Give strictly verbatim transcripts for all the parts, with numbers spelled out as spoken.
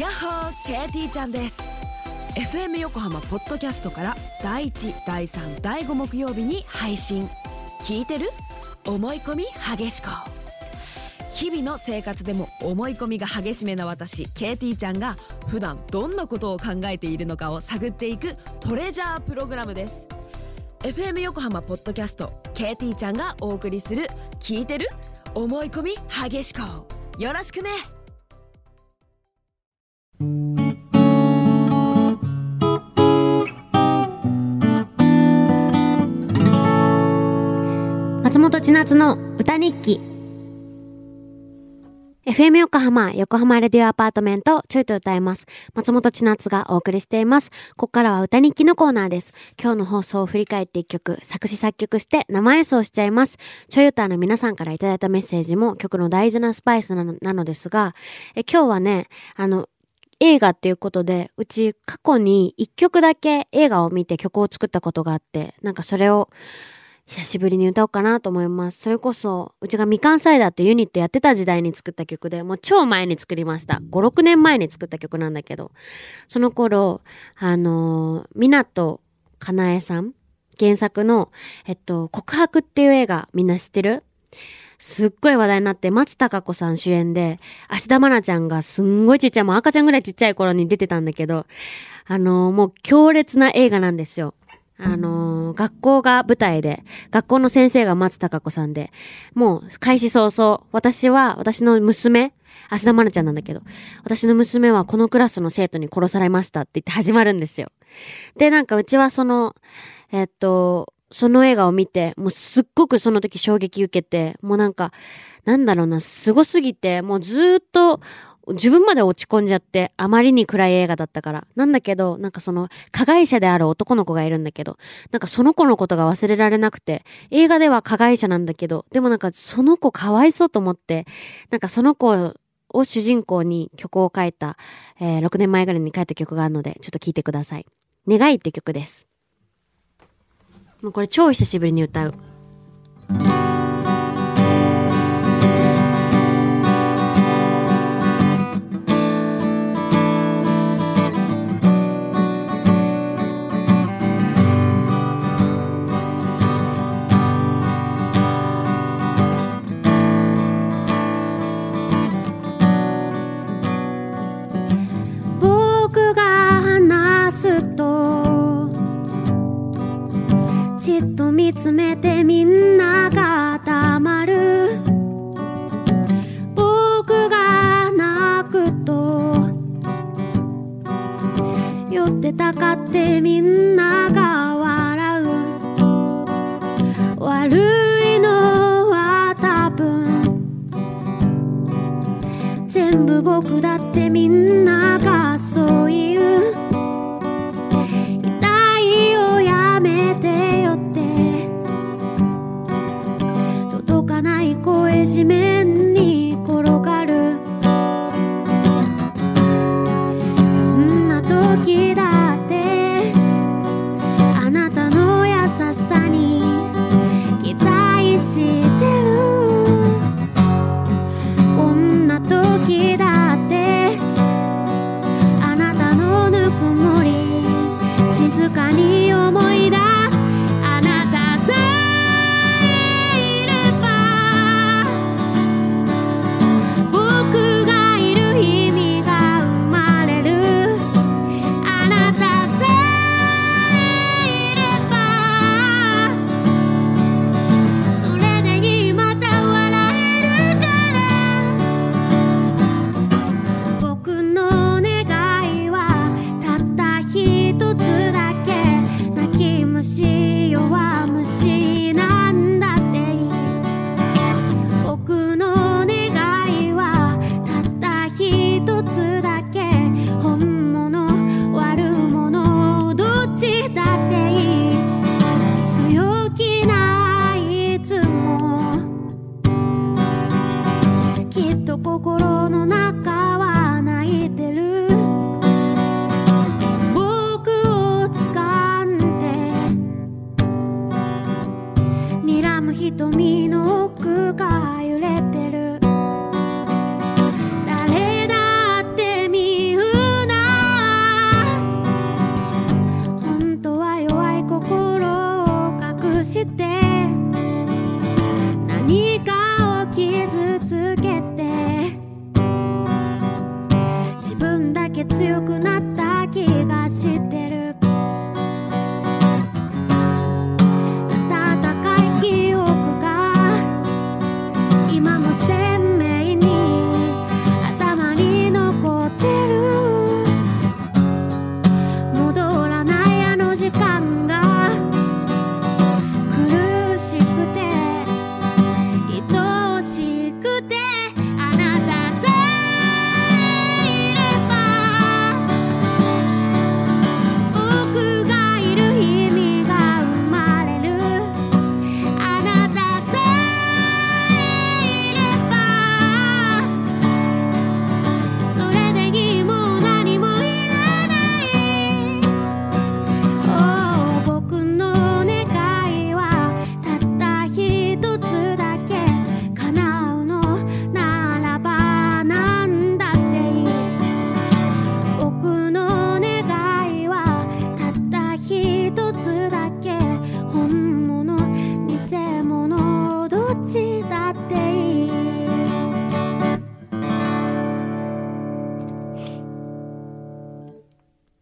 やっほー ケーティー ちゃんです。 エフエム 横浜ポッドキャストからだいいち、だいさん、だいご木曜日に配信。聞いてる？思い込み激しこ。日々の生活でも思い込みが激しめな私 ケーティー ちゃんが普段どんなことを考えているのかを探っていくトレジャープログラムです。 エフエム 横浜ポッドキャスト ケーティー ちゃんがお送りする聞いてる？思い込み激しこ。よろしくね。 松本千夏の歌日記。 エフエム 横浜横浜レディオアパートメントちょいと歌います。松本千夏がお送りしています。ここからは歌日記のコーナーです。今日の放送を振り返っていっきょく作詞作曲して生演奏しちゃいます。ちょい歌の皆さんからいただいたメッセージも曲の大事なスパイスなの、なのですがえ今日はねあの映画っていうことで、うち過去にいっきょくだけ映画を見て曲を作ったことがあって、なんかそれを久しぶりに歌おうかなと思います。それこそうちがみかんサイダーってユニットやってた時代に作った曲で、もう超前に作りました。ご、ろくねんまえに作った曲なんだけど、その頃あの湊かなえさん原作のえっと告白っていう映画、みんな知ってる？すっごい話題になって、松たか子さん主演で芦田愛菜ちゃんがすんごいちっちゃい、もう赤ちゃんぐらいちっちゃい頃に出てたんだけど、あのー、もう強烈な映画なんですよ。あのー、学校が舞台で、学校の先生が松たか子さんで、もう開始早々、私は私の娘芦田愛菜ちゃんなんだけど、私の娘はこのクラスの生徒に殺されましたって言って始まるんですよ。でなんかうちはそのえっとその映画を見て、もうすっごくその時衝撃受けて、もうなんかなんだろうな、すごすぎて、もうずーっと自分まで落ち込んじゃって、あまりに暗い映画だったから。なんだけど、なんかその加害者である男の子がいるんだけど、なんかその子のことが忘れられなくて、映画では加害者なんだけど、でもなんかその子かわいそうと思って、なんかその子を主人公に曲を書いた、えー、ろくねんまえぐらいに書いた曲があるので、ちょっと聴いてください。願いって曲です。もうこれ超久しぶりに歌う。僕が話すとじっと見つめてみんなが黙る。僕が泣くと寄ってたかってみんなが笑う。悪いのは多分全部僕だってみんながそう言う。痛いよやめてよって届かない声地面に転がる。こんな時だってあなたの優しさに期待してる。こんな時だって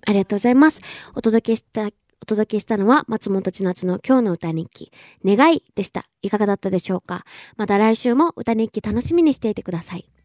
ありがとうございます。お届けしたお届けしたのは松本千夏の今日の歌日記願いでした。いかがだったでしょうか。また来週も歌日記楽しみにしていてください。